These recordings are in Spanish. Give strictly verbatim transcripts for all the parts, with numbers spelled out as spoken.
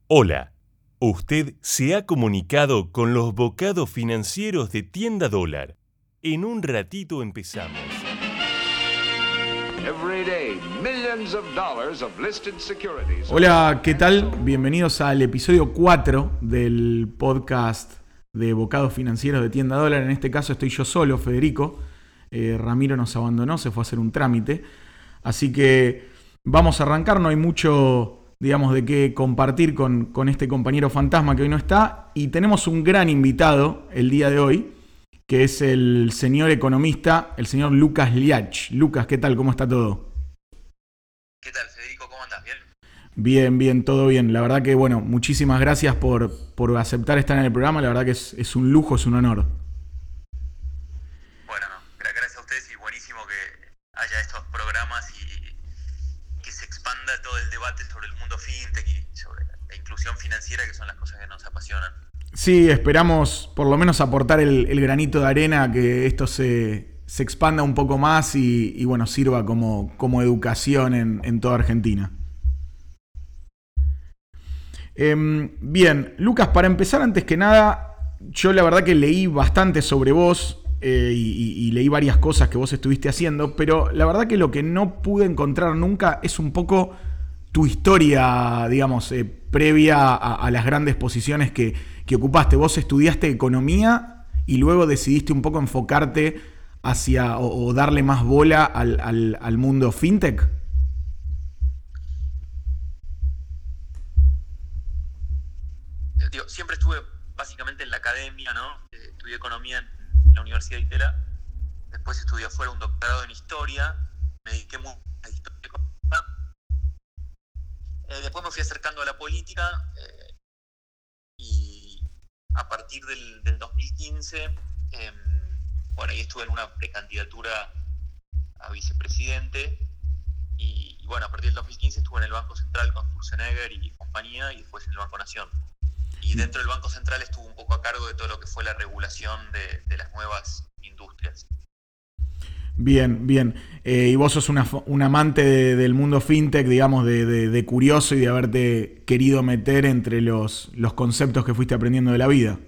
Hola, usted se ha comunicado con los bocados financieros de Tienda Dólar. En un ratito empezamos. Every day, millions of dollars of listed securities. Hola, ¿qué tal? Bienvenidos al episodio cuatro del podcast de Bocados Financieros de Tienda Dólar. En este caso estoy yo solo, Federico. Eh, Ramiro nos abandonó, se fue a hacer un trámite. Así que vamos a arrancar, no hay mucho, digamos, de qué compartir con, con este compañero fantasma que hoy no está. Y tenemos un gran invitado el día de hoy, que es el señor economista, el señor Lucas Liach. Lucas, ¿qué tal? ¿Cómo está todo? ¿Qué tal, Federico? ¿Cómo andás? ¿Bien? Bien, bien, todo bien. La verdad que, bueno, muchísimas gracias por, por aceptar estar en el programa. La verdad que es, es un lujo, es un honor. Bueno, no, gracias a ustedes y buenísimo que haya estos programas y que se expanda todo el debate sobre el mundo fintech y sobre la inclusión financiera, que son las cosas que nos apasionan. Sí, esperamos por lo menos aportar el, el granito de arena a que esto se, se expanda un poco más y, y bueno, sirva como, como educación en, en toda Argentina. Eh, bien, Lucas, para empezar, antes que nada, yo la verdad que leí bastante sobre vos eh, y, y leí varias cosas que vos estuviste haciendo, pero la verdad que lo que no pude encontrar nunca es un poco tu historia, digamos, eh, previa a, a las grandes posiciones que, que ocupaste. Vos estudiaste economía y luego decidiste un poco enfocarte hacia o, o darle más bola al, al, al mundo fintech. Digo, siempre estuve básicamente en la academia, ¿no? Eh, estudié economía en la Universidad de Itela, después estudié afuera un doctorado en historia, me dediqué mucho a la historia económica. Eh, después me fui acercando a la política eh, y a partir del, del dos mil quince, eh, bueno, ahí estuve en una precandidatura a vicepresidente y, y bueno, a partir del dos mil quince estuve en el Banco Central con Sturzenegger y compañía y después en el Banco Nación. Y dentro del Banco Central estuve un poco a cargo de todo lo que fue la regulación de, de las nuevas industrias. Bien, bien. Eh, y vos sos una, un amante de, del mundo fintech, digamos, de, de, de curioso y de haberte querido meter entre los, los conceptos que fuiste aprendiendo de la vida.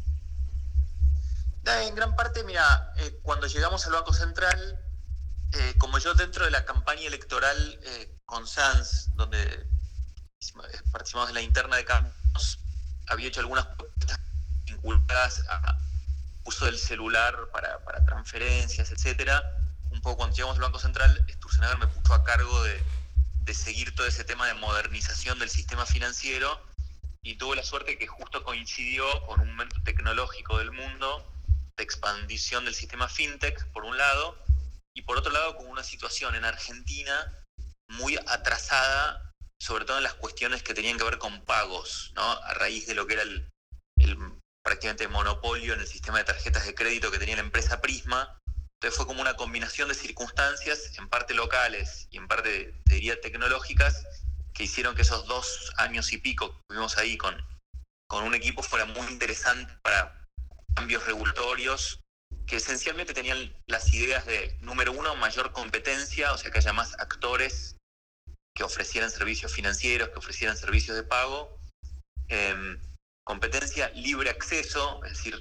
En gran parte, mira, eh, cuando llegamos al Banco Central, eh, como yo dentro de la campaña electoral eh, con Sanz, donde participamos en la interna de Cambios, había hecho algunas propuestas vinculadas a uso del celular para, para transferencias, etcétera. Un poco cuando llegamos al Banco Central, Sturzenegger me puso a cargo de, de seguir todo ese tema de modernización del sistema financiero y tuve la suerte que justo coincidió con un momento tecnológico del mundo de expansión del sistema fintech, por un lado, y por otro lado con una situación en Argentina muy atrasada, sobre todo en las cuestiones que tenían que ver con pagos, ¿no? A raíz de lo que era el, el prácticamente monopolio en el sistema de tarjetas de crédito que tenía la empresa Prisma. Entonces fue como una combinación de circunstancias, en parte locales y en parte, te diría, tecnológicas, que hicieron que esos dos años y pico que estuvimos ahí con, con un equipo fuera muy interesante para cambios regulatorios que esencialmente tenían las ideas de, número uno, mayor competencia, o sea, que haya más actores que ofrecieran servicios financieros, que ofrecieran servicios de pago, eh, competencia, libre acceso, es decir,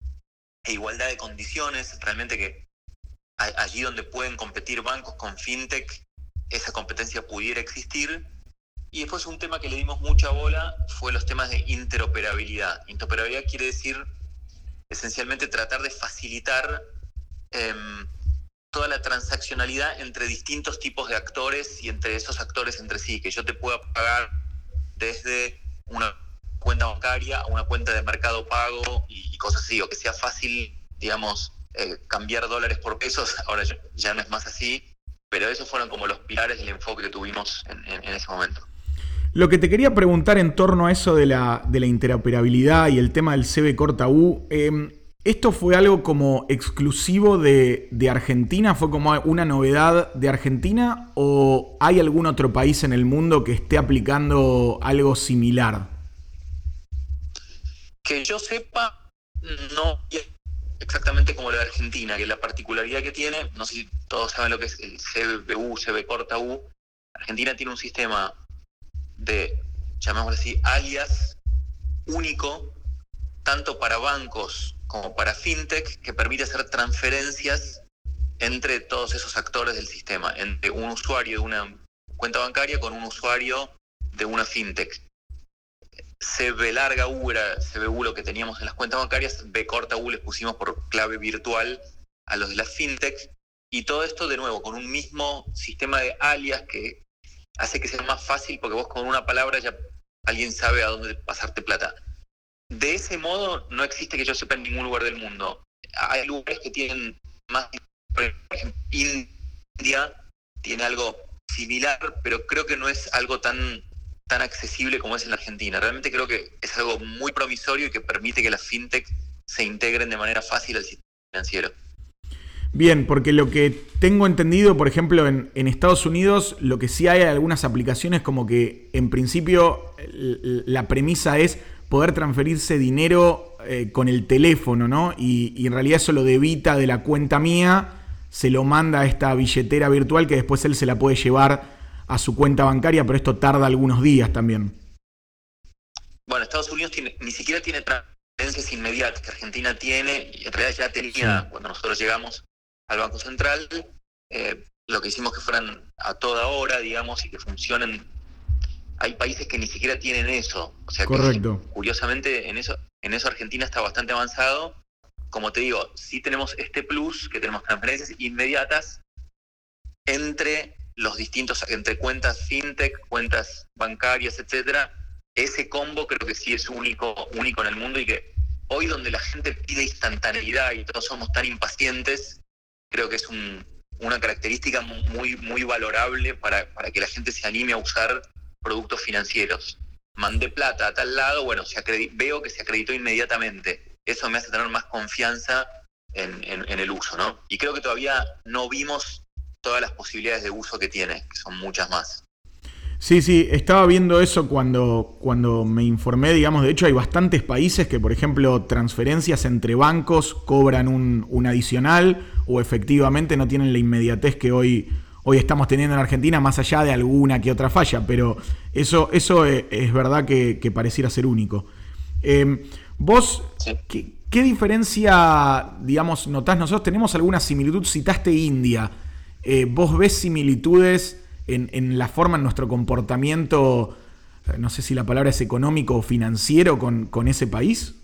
e igualdad de condiciones, realmente que a, allí donde pueden competir bancos con fintech, esa competencia pudiera existir. Y después un tema que le dimos mucha bola fue los temas de interoperabilidad. Interoperabilidad quiere decir esencialmente tratar de facilitar eh, toda la transaccionalidad entre distintos tipos de actores y entre esos actores entre sí, que yo te pueda pagar desde una cuenta bancaria a una cuenta de mercado pago y, y cosas así, o que sea fácil, digamos, eh, cambiar dólares por pesos. Ahora ya, ya no es más así, pero esos fueron como los pilares del enfoque que tuvimos en, en, en ese momento. Lo que te quería preguntar en torno a eso de la, de la interoperabilidad y el tema del C B corta U, eh, ¿esto fue algo como exclusivo de, de Argentina? ¿Fue como una novedad de Argentina? ¿O hay algún otro país en el mundo que esté aplicando algo similar? Que yo sepa, no exactamente como lo de Argentina, que la particularidad que tiene, no sé si todos saben lo que es el C B U, C B corta U. Argentina tiene un sistema de llamémoslo así, alias único, tanto para bancos como para fintech, que permite hacer transferencias entre todos esos actores del sistema, entre un usuario de una cuenta bancaria con un usuario de una fintech. C B larga U era C B U lo que teníamos en las cuentas bancarias, B corta U les pusimos por clave virtual a los de las fintech, y todo esto de nuevo con un mismo sistema de alias que hace que sea más fácil, porque vos con una palabra ya alguien sabe a dónde pasarte plata. De ese modo no existe, que yo sepa, en ningún lugar del mundo. Hay lugares que tienen más, por ejemplo, India tiene algo similar, pero creo que no es algo tan, tan accesible como es en la Argentina. Realmente creo que es algo muy promisorio y que permite que las fintech se integren de manera fácil al sistema financiero. Bien, porque lo que tengo entendido, por ejemplo, en, en Estados Unidos, lo que sí hay algunas aplicaciones como que en principio la premisa es poder transferirse dinero eh, con el teléfono, ¿no? Y, y en realidad eso lo debita de la cuenta mía, se lo manda a esta billetera virtual que después él se la puede llevar a su cuenta bancaria, pero esto tarda algunos días también. Bueno, Estados Unidos tiene, ni siquiera tiene transferencias inmediatas, que Argentina tiene, y en realidad ya tenía, sí, cuando nosotros llegamos al Banco Central, eh, lo que hicimos que fueran a toda hora, digamos, y que funcionen. Hay países que ni siquiera tienen eso. O sea, correcto. Que, curiosamente, en eso, en eso Argentina está bastante avanzado. Como te digo, sí tenemos este plus, que tenemos transferencias inmediatas entre los distintos, entre cuentas fintech, cuentas bancarias, etcétera. Ese combo creo que sí es único, único en el mundo, y que hoy, donde la gente pide instantaneidad y todos somos tan impacientes, creo que es un, una característica muy, muy valorable para, para que la gente se anime a usar productos financieros. Mandé plata a tal lado, bueno, se acredit- veo que se acreditó inmediatamente. Eso me hace tener más confianza en, en, en el uso, ¿no? Y creo que todavía no vimos todas las posibilidades de uso que tiene, que son muchas más. Sí, sí, estaba viendo eso cuando, cuando me informé, digamos. De hecho hay bastantes países que, por ejemplo, transferencias entre bancos cobran un, un adicional, o efectivamente no tienen la inmediatez que hoy, hoy estamos teniendo en Argentina, más allá de alguna que otra falla, pero eso, eso es, es verdad que, que pareciera ser único. Eh, vos, sí. ¿qué, ¿qué diferencia, digamos, notás? Nosotros tenemos alguna similitud, citaste India. Eh, ¿Vos ves similitudes En, en la forma, en nuestro comportamiento, no sé si la palabra es económico o financiero, con, con ese país?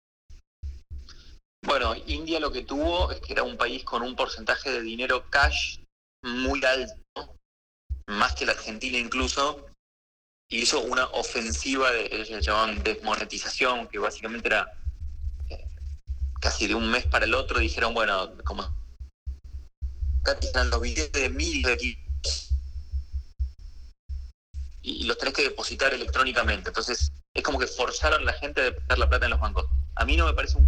Bueno, India lo que tuvo es que era un país con un porcentaje de dinero cash muy alto, más que la Argentina incluso, y hizo una ofensiva, de, ellos le llamaban desmonetización, que básicamente era eh, casi de un mes para el otro. Dijeron, bueno, como acá tiran los billetes de mil de aquí, y los tenés que depositar electrónicamente. Entonces es como que forzaron a la gente a depositar la plata en los bancos. A mí no me parece un...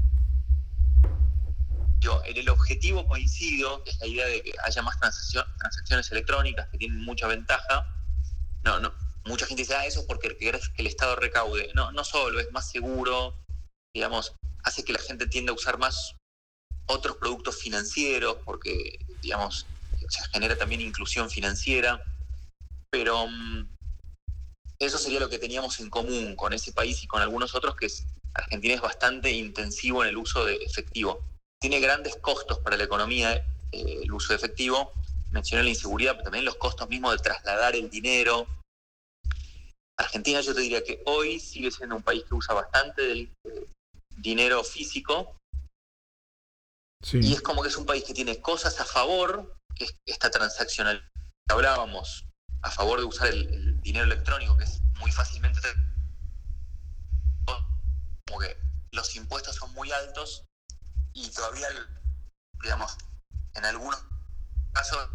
Yo, en el objetivo coincido, que es la idea de que haya más transacción, transacciones electrónicas, que tienen mucha ventaja. No, no. Mucha gente dice, ah, eso es porque querés que el Estado recaude. No, no solo, es más seguro, digamos, hace que la gente tienda a usar más otros productos financieros, porque, digamos, se genera también inclusión financiera. Pero... eso sería lo que teníamos en común con ese país y con algunos otros, que es Argentina es bastante intensivo en el uso de efectivo. Tiene grandes costos para la economía eh, el uso de efectivo. Mencioné la inseguridad, pero también los costos mismos de trasladar el dinero. Argentina, yo te diría que hoy sigue siendo un país que usa bastante del eh, dinero físico. Sí. Y es como que es un país que tiene cosas a favor, que es esta transaccionalidad que hablábamos, a favor de usar el, el dinero electrónico, que es muy fácilmente, como que los impuestos son muy altos y todavía, digamos, en algunos casos,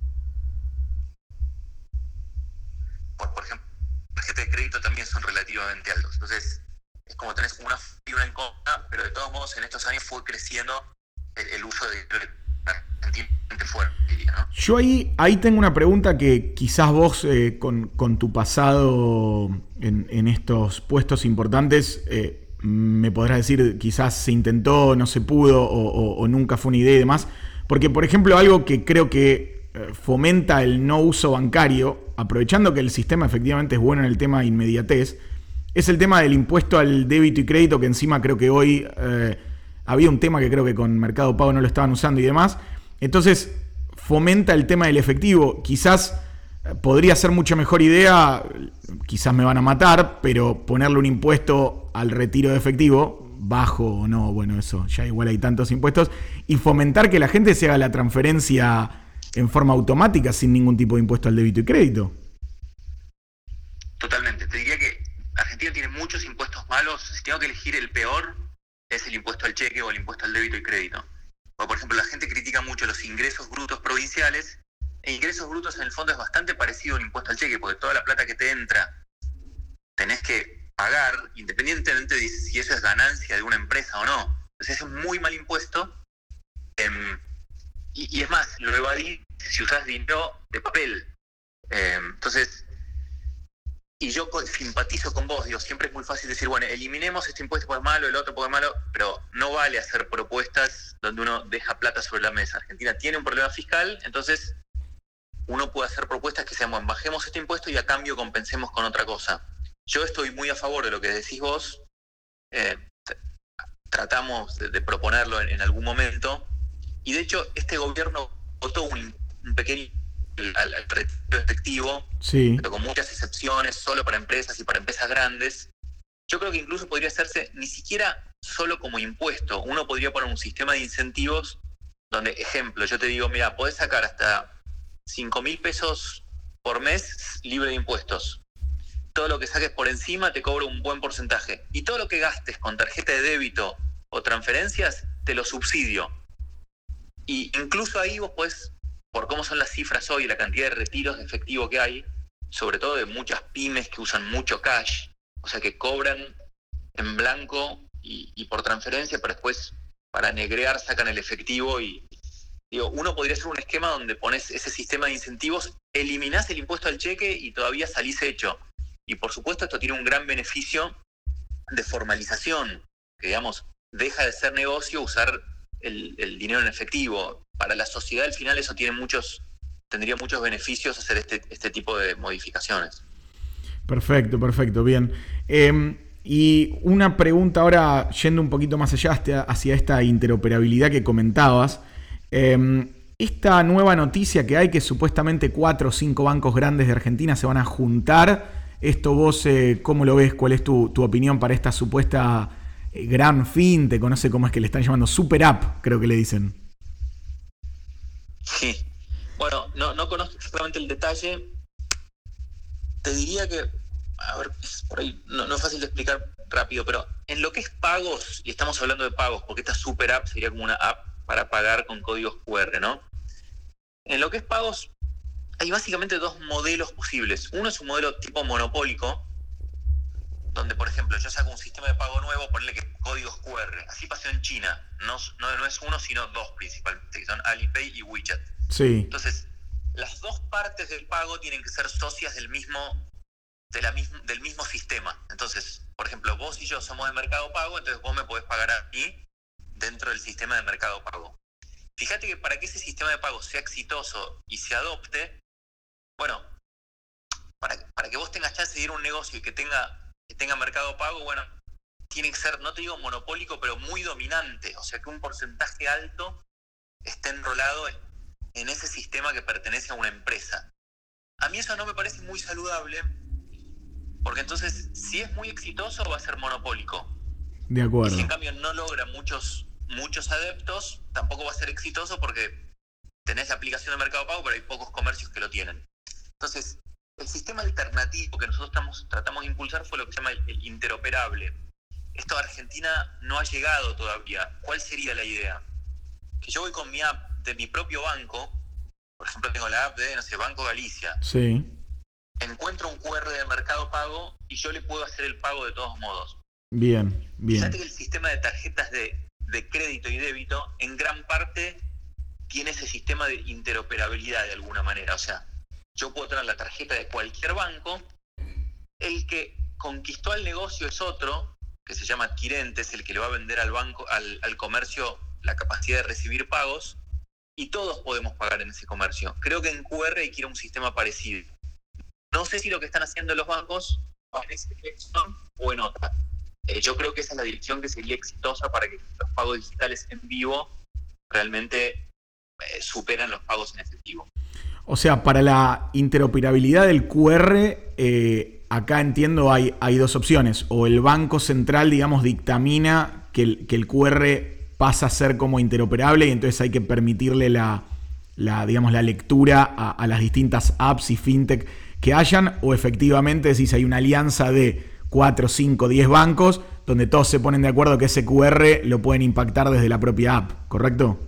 por, por ejemplo, tarjetas de crédito también son relativamente altos. Entonces es como tenés una fibra en contra, pero de todos modos en estos años fue creciendo el, el uso de dinero relativamente fuerte, diría, ¿no? Yo ahí, ahí tengo una pregunta que quizás vos eh, con, con tu pasado en, en estos puestos importantes eh, me podrás decir, quizás se intentó, no se pudo o, o, o nunca fue una idea y demás. Porque, por ejemplo, algo que creo que eh, fomenta el no uso bancario, aprovechando que el sistema efectivamente es bueno en el tema de inmediatez, es el tema del impuesto al débito y crédito, que encima creo que hoy eh, había un tema que creo que con Mercado Pago no lo estaban usando y demás. Entonces fomenta el tema del efectivo. Quizás eh, podría ser mucho mejor idea, quizás me van a matar, pero ponerle un impuesto al retiro de efectivo, bajo o no, bueno, eso, ya igual hay tantos impuestos, y fomentar que la gente se haga la transferencia en forma automática sin ningún tipo de impuesto al débito y crédito. Totalmente. Te diría que Argentina tiene muchos impuestos malos. Si tengo que elegir el peor, es el impuesto al cheque o el impuesto al débito y crédito. O, por ejemplo, la gente critica mucho los ingresos brutos provinciales. E ingresos brutos en el fondo es bastante parecido al impuesto al cheque, porque toda la plata que te entra tenés que pagar, independientemente de si eso es ganancia de una empresa o no. Entonces es un muy mal impuesto. Eh, y, y es más, lo evadís si usás dinero de papel. Eh, entonces... Y yo simpatizo con vos, digo, siempre es muy fácil decir, bueno, eliminemos este impuesto porque es malo, el otro porque es malo, pero no vale hacer propuestas donde uno deja plata sobre la mesa. Argentina tiene un problema fiscal, entonces uno puede hacer propuestas que sean, bueno, bajemos este impuesto y a cambio compensemos con otra cosa. Yo estoy muy a favor de lo que decís vos, eh, tratamos de, de proponerlo en, en algún momento, y de hecho este gobierno votó un, un pequeño al, al retiro efectivo, sí, pero con muchas excepciones, solo para empresas y para empresas grandes. Yo creo que incluso podría hacerse ni siquiera solo como impuesto. Uno podría poner un sistema de incentivos donde, ejemplo, yo te digo, mira, podés sacar hasta cinco mil pesos por mes libre de impuestos. Todo lo que saques por encima te cobro un buen porcentaje. Y todo lo que gastes con tarjeta de débito o transferencias, te lo subsidio. Y incluso ahí vos podés, por cómo son las cifras hoy, la cantidad de retiros de efectivo que hay, sobre todo de muchas pymes que usan mucho cash, o sea que cobran en blanco y, y por transferencia, pero después para negrear sacan el efectivo y digo, uno podría hacer un esquema donde pones ese sistema de incentivos, eliminás el impuesto al cheque y todavía salís hecho. Y por supuesto esto tiene un gran beneficio de formalización, que digamos, deja de ser negocio usar el, el dinero en efectivo. Para la sociedad al final eso tiene muchos, tendría muchos beneficios hacer este, este tipo de modificaciones. Perfecto, perfecto, bien. Eh, y una pregunta ahora, yendo un poquito más allá hacia, hacia esta interoperabilidad que comentabas. Eh, esta nueva noticia que hay, que supuestamente cuatro o cinco bancos grandes de Argentina se van a juntar, esto vos, eh, ¿cómo lo ves? ¿Cuál es tu, tu opinión para esta supuesta eh, gran fintech? No sé cómo es que le están llamando, super app, creo que le dicen. Sí, bueno, no, no conozco exactamente el detalle. Te diría que, a ver, por ahí no, no es fácil de explicar rápido, pero en lo que es pagos, y estamos hablando de pagos, porque esta super app sería como una app para pagar con códigos cu erre, ¿no? En lo que es pagos, hay básicamente dos modelos posibles. Uno es un modelo tipo monopólico, donde, por ejemplo, yo saco un sistema de pago nuevo, ponerle que códigos cu erre. Así pasó en China. No, no, no es uno, sino dos principalmente, que son Alipay y WeChat. Sí. Entonces, las dos partes del pago tienen que ser socias del mismo, de la misma, del mismo sistema. Entonces, por ejemplo, vos y yo somos de Mercado Pago, entonces vos me podés pagar a mí dentro del sistema de Mercado Pago. Fíjate que para que ese sistema de pago sea exitoso y se adopte, bueno, para, para que vos tengas chance de ir a un negocio y que tenga que tenga Mercado Pago, bueno, tiene que ser, no te digo monopólico, pero muy dominante, o sea que un porcentaje alto esté enrolado en, en ese sistema que pertenece a una empresa. A mí eso no me parece muy saludable, porque entonces, si es muy exitoso, va a ser monopólico. De acuerdo. Y si en cambio no logra muchos, muchos adeptos, tampoco va a ser exitoso porque tenés la aplicación de Mercado Pago, pero hay pocos comercios que lo tienen. Entonces, el sistema alternativo que nosotros estamos, tratamos de impulsar fue lo que se llama el interoperable. Esto a Argentina no ha llegado todavía. ¿Cuál sería la idea? Que yo voy con mi app de mi propio banco, por ejemplo tengo la app de, no sé, Banco Galicia. Sí. Encuentro un cu erre de Mercado Pago y yo le puedo hacer el pago de todos modos. Bien, bien. Fíjate que el sistema de tarjetas de, de crédito y débito en gran parte tiene ese sistema de interoperabilidad de alguna manera. O sea, yo puedo tener la tarjeta de cualquier banco, el que conquistó al negocio es otro, que se llama adquirente, es el que le va a vender al banco, al, al comercio, la capacidad de recibir pagos, y todos podemos pagar en ese comercio. Creo que en Q R hay que ir a un sistema parecido. No sé si lo que están haciendo los bancos en esa dirección o en otra. Eh, yo creo que esa es la dirección que sería exitosa para que los pagos digitales en vivo realmente eh, superan los pagos en efectivo. O sea, para la interoperabilidad del Q R, eh, acá entiendo hay, hay dos opciones. O el Banco Central, digamos, dictamina que el, que el Q R pasa a ser como interoperable y entonces hay que permitirle la, la, digamos, la lectura a, a las distintas apps y fintech que hayan, o efectivamente decís hay una alianza de cuatro, cinco, diez bancos donde todos se ponen de acuerdo que ese Q R lo pueden impactar desde la propia app, ¿correcto?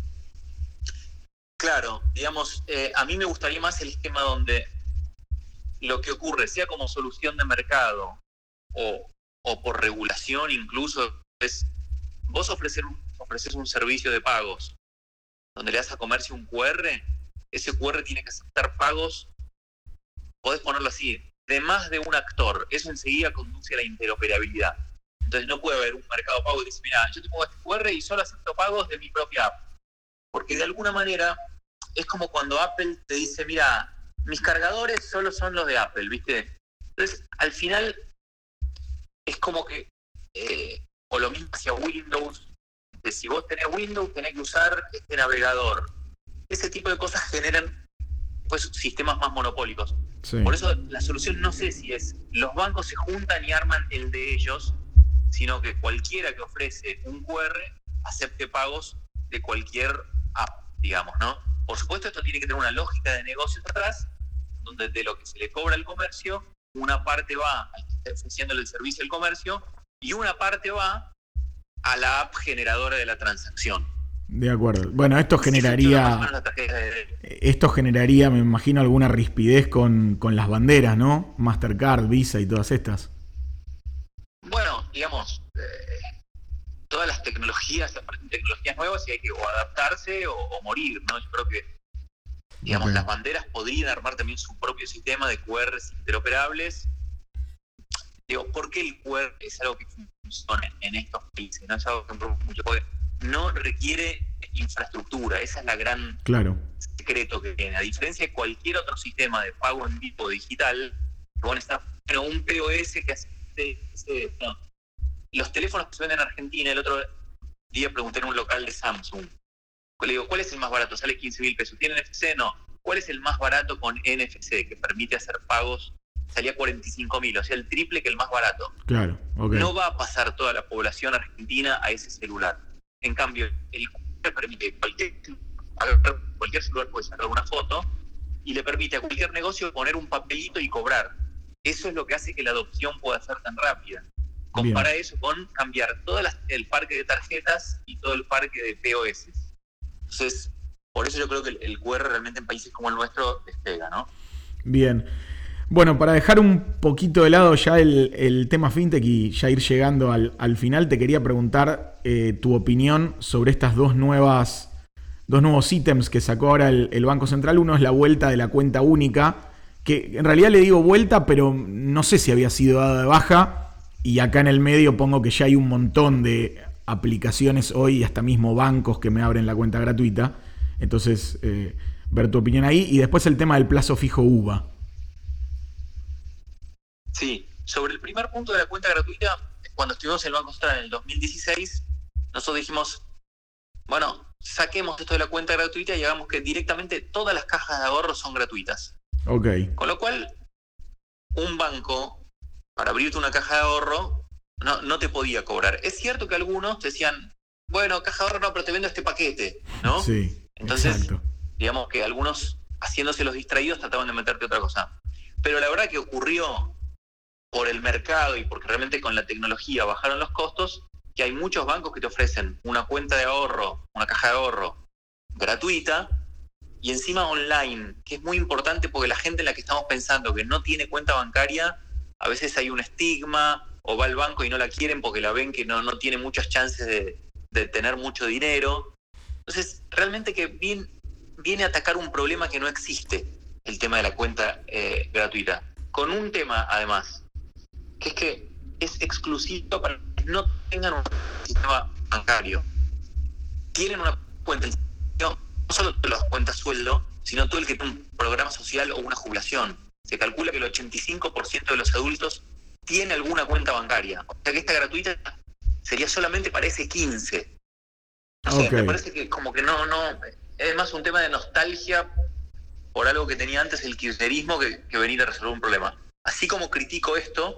Claro, digamos, eh, a mí me gustaría más el esquema donde lo que ocurre, sea como solución de mercado o, o por regulación incluso, es vos ofrecer, ofreces un servicio de pagos donde le das a comercio un Q R, ese Q R tiene que aceptar pagos, podés ponerlo así, de más de un actor. Eso enseguida conduce a la interoperabilidad. Entonces no puede haber un mercado pago que dice, mira, yo te pongo este Q R y solo acepto pagos de mi propia app. Porque de alguna manera es como cuando Apple te dice, mira, mis cargadores solo son los de Apple, ¿viste? Entonces, al final, es como que, eh, o lo mismo hacia Windows, que si vos tenés Windows, tenés que usar este navegador. Ese tipo de cosas generan, pues, sistemas más monopólicos. Sí. Por eso, la solución no sé si es, los bancos se juntan y arman el de ellos, sino que cualquiera que ofrece un Q R acepte pagos de cualquier app, digamos, ¿no? Por supuesto, esto tiene que tener una lógica de negocios atrás, donde de lo que se le cobra al comercio, una parte va al que está ofreciéndole el servicio al comercio y una parte va a la app generadora de la transacción. De acuerdo. Bueno, esto generaría, esto generaría, me imagino, alguna rispidez con, con las banderas, ¿no? Mastercard, Visa y todas estas. Bueno, digamos, eh, todas las tecnologías, aparecen tecnologías nuevas y hay que o adaptarse o, o morir, ¿no? Yo creo que, digamos, okay. Las banderas podrían armar también su propio sistema de Q Rs interoperables. Digo, ¿por qué el Q R es algo que funciona en estos países? No es algo que mucho puede. No requiere infraestructura, esa es la gran claro. secreto que tiene. A diferencia de cualquier otro sistema de pago en vivo digital, bueno, está bueno, un P O S que hace, hace no. Los teléfonos que se venden en Argentina, el otro día pregunté en un local de Samsung. Le digo, ¿cuál es el más barato? Sale quince mil pesos. ¿Tiene N F C? No. ¿Cuál es el más barato con N F C que permite hacer pagos? Salía cuarenta y cinco mil, o sea, el triple que el más barato. Claro, okay. No va a pasar toda la población argentina a ese celular. En cambio, el Q R permite cualquier, cualquier celular puede sacar una foto y le permite a cualquier negocio poner un papelito y cobrar. Eso es lo que hace que la adopción pueda ser tan rápida. Compara Bien. Eso con cambiar todo las, el parque de tarjetas y todo el parque de P O S. Entonces, por eso yo creo que el, el Q R realmente en países como el nuestro despega, ¿no? Bien. Bueno, para dejar un poquito de lado ya el, el tema fintech y ya ir llegando al, al final, te quería preguntar eh, tu opinión sobre estas dos nuevas dos nuevos ítems que sacó ahora el, el Banco Central. Uno es la vuelta de la cuenta única, que en realidad le digo vuelta, pero no sé si había sido dada de baja, y acá en el medio pongo que ya hay un montón de aplicaciones hoy, hasta mismo bancos que me abren la cuenta gratuita. Entonces, eh, ver tu opinión ahí. Y después el tema del plazo fijo U V A. Sí, sobre el primer punto de la cuenta gratuita, cuando estuvimos en el Banco Central en el dos mil dieciséis, nosotros dijimos, bueno, saquemos esto de la cuenta gratuita y hagamos que directamente todas las cajas de ahorro son gratuitas. Ok. Con lo cual, un banco, para abrirte una caja de ahorro, no, no te podía cobrar. Es cierto que algunos te decían, bueno, caja de ahorro no, pero te vendo este paquete, ¿no? Sí, entonces, exacto. Digamos que algunos, haciéndose los distraídos, trataban de meterte otra cosa. Pero la verdad que ocurrió por el mercado y porque realmente con la tecnología bajaron los costos, que hay muchos bancos que te ofrecen una cuenta de ahorro, una caja de ahorro gratuita y encima online, que es muy importante porque la gente en la que estamos pensando que no tiene cuenta bancaria, a veces hay un estigma o va al banco y no la quieren porque la ven que no, no tiene muchas chances de, de tener mucho dinero. Entonces, realmente que viene, viene a atacar un problema que no existe, el tema de la cuenta eh, gratuita. Con un tema, además, que es que es exclusivo para que no tengan un sistema bancario. Tienen una cuenta, solo las cuentas sueldo, sino todo el que tiene un programa social o una jubilación. Se calcula que el ochenta y cinco por ciento de los adultos tiene alguna cuenta bancaria. O sea que esta gratuita sería solamente para ese quince. No sé, Okay. me parece que como que no, no, es más un tema de nostalgia por algo que tenía antes el kirchnerismo que, que venir a resolver un problema. Así como critico esto,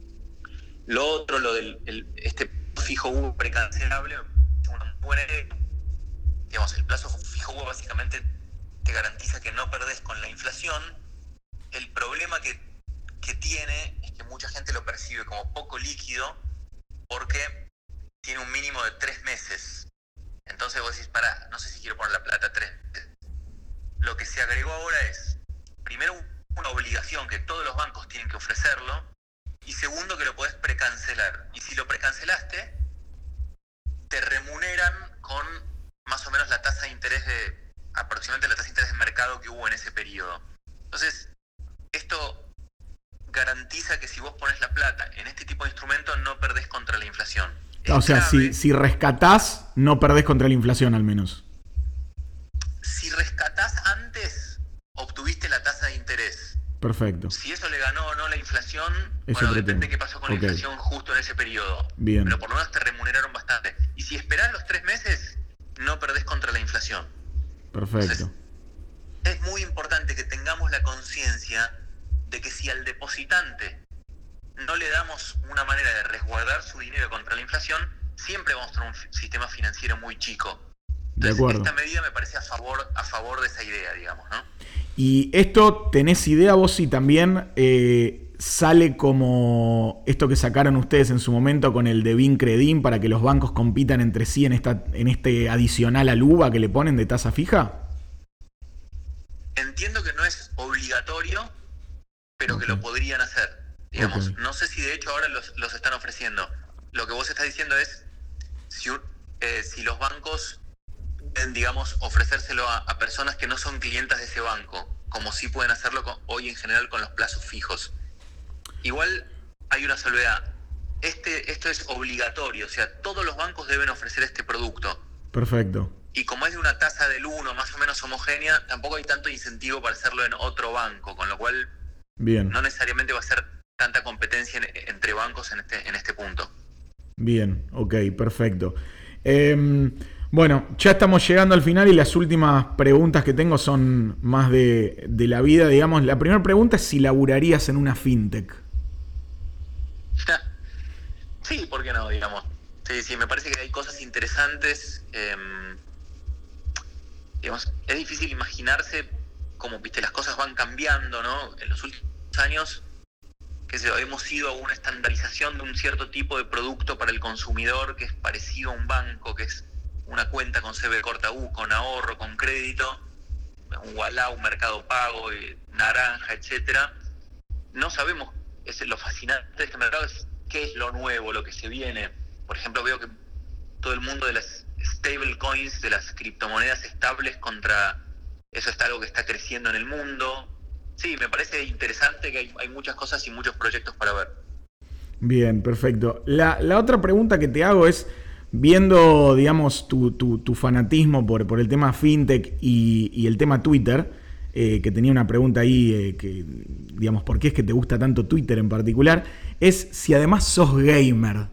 lo otro, lo del el, este fijo U V A precancelable, es una buena idea. Digamos, el plazo fijo U V A básicamente te garantiza que no perdés con la inflación. El problema que, que tiene es que mucha gente lo percibe como poco líquido porque tiene un mínimo de tres meses. Entonces vos decís, pará, no sé si quiero poner la plata tres meses. Lo que se agregó ahora es, primero, una obligación que todos los bancos tienen que ofrecerlo, y segundo, que lo podés precancelar. Y si lo precancelaste, te remuneran con más o menos la tasa de interés de, aproximadamente la tasa de interés de mercado que hubo en ese periodo. Entonces, esto garantiza que si vos pones la plata en este tipo de instrumentos, no perdés contra la inflación. Es O sea, clave, si, si rescatás, no perdés contra la inflación al menos. si rescatás antes, obtuviste la tasa de interés. Perfecto. Si eso le ganó o no la inflación, Es bueno, otro depende tema. qué pasó con Ok. la inflación justo en ese periodo. Bien. Pero por lo menos te remuneraron bastante. Y si esperás los tres meses, no perdés contra la inflación. Perfecto. Es muy importante que tengamos la conciencia de que si al depositante no le damos una manera de resguardar su dinero contra la inflación, siempre vamos a tener un f- sistema financiero muy chico. De Entonces, acuerdo. esta medida me parece a favor, a favor de esa idea, digamos, ¿no? Y esto, ¿tenés idea vos si también eh, sale como esto que sacaron ustedes en su momento con el de Vincredin para que los bancos compitan entre sí en, esta, en este adicional al U V A que le ponen de tasa fija? Entiendo que no es obligatorio, pero Ok. que lo podrían hacer. Digamos, Ok. no sé si de hecho ahora los, los están ofreciendo. Lo que vos estás diciendo es si, un- eh, si los bancos pueden, digamos, ofrecérselo a, a personas que no son clientas de ese banco, como sí pueden hacerlo con- hoy en general con los plazos fijos. Igual hay una salvedad. Este, esto es obligatorio, o sea, todos los bancos deben ofrecer este producto. Perfecto. Y como es de una tasa del uno más o menos homogénea, tampoco hay tanto incentivo para hacerlo en otro banco, con lo cual Bien. no necesariamente va a ser tanta competencia en- entre bancos en este, en este punto. Bien, ok, perfecto. Eh, bueno, ya estamos llegando al final y las últimas preguntas que tengo son más de, de la vida, digamos. La primera pregunta es si laburarías en una fintech. Sí, ¿por qué no? Digamos. Sí, sí, me parece que hay cosas interesantes. eh, digamos, es difícil imaginarse cómo, viste, las cosas van cambiando, ¿no? En los últimos años, que se, hemos ido a una estandarización de un cierto tipo de producto para el consumidor que es parecido a un banco, que es una cuenta con C B corta U, con ahorro, con crédito, un Ualá, un Mercado Pago, eh, Naranja, etcétera. No sabemos, es lo fascinante de este mercado es qué es lo nuevo, lo que se viene. Por ejemplo, veo que todo el mundo de las stable coins, de las criptomonedas estables contra eso, está algo que está creciendo en el mundo. Sí, me parece interesante que hay, hay muchas cosas y muchos proyectos para ver. Bien, perfecto. La, la otra pregunta que te hago es, viendo, digamos, tu, tu, tu fanatismo por, por el tema fintech y, y el tema Twitter, eh, que tenía una pregunta ahí, eh, que, digamos, ¿por qué es que te gusta tanto Twitter en particular? Es si además sos gamer.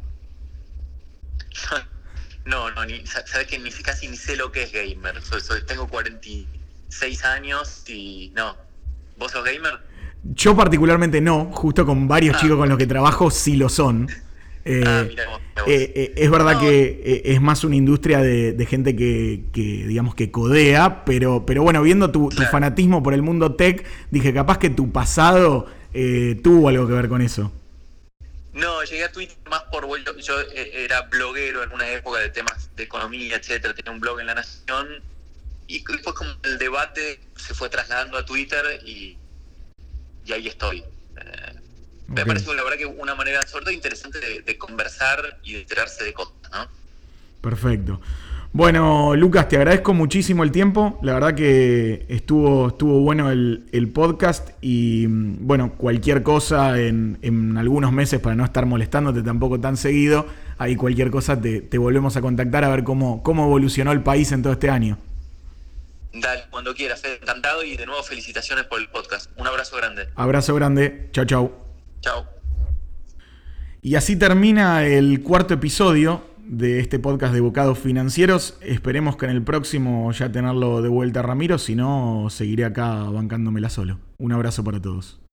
No, no, ni, sabes que ni casi ni sé lo que es gamer. Soy, soy, tengo cuarenta y seis años y no. ¿Vos sos gamer? Yo particularmente no, justo con varios Ah. chicos con los que trabajo sí lo son. Eh, Ah, mirá vos, mirá vos. eh, eh, es verdad No. que eh, es más una industria de, de gente que, que, digamos, que codea, pero, pero bueno, viendo tu, tu Claro. fanatismo por el mundo tech, dije, capaz que tu pasado eh, tuvo algo que ver con eso. No, llegué a Twitter más por vuelto. Yo eh, era bloguero en una época de temas de economía, etcétera. Tenía un blog en La Nación y después como el debate se fue trasladando a Twitter y, y ahí estoy. Eh, me Ok. parece la verdad que una manera sobre todo interesante de, de conversar y de enterarse de cosas, ¿no? Perfecto. Bueno, Lucas, te agradezco muchísimo el tiempo. La verdad que estuvo, estuvo bueno el, el podcast y bueno, cualquier cosa en, en algunos meses para no estar molestándote tampoco tan seguido, ahí cualquier cosa te, te volvemos a contactar a ver cómo, cómo evolucionó el país en todo este año. Dale, cuando quieras, Fede, encantado y de nuevo felicitaciones por el podcast. Un abrazo grande. Abrazo grande. Chau, chau. Chao. Y así termina el cuarto episodio de este podcast de Bocados Financieros. Esperemos que en el próximo ya tenerlo de vuelta a Ramiro, si no, seguiré acá bancándomela solo. Un abrazo para todos.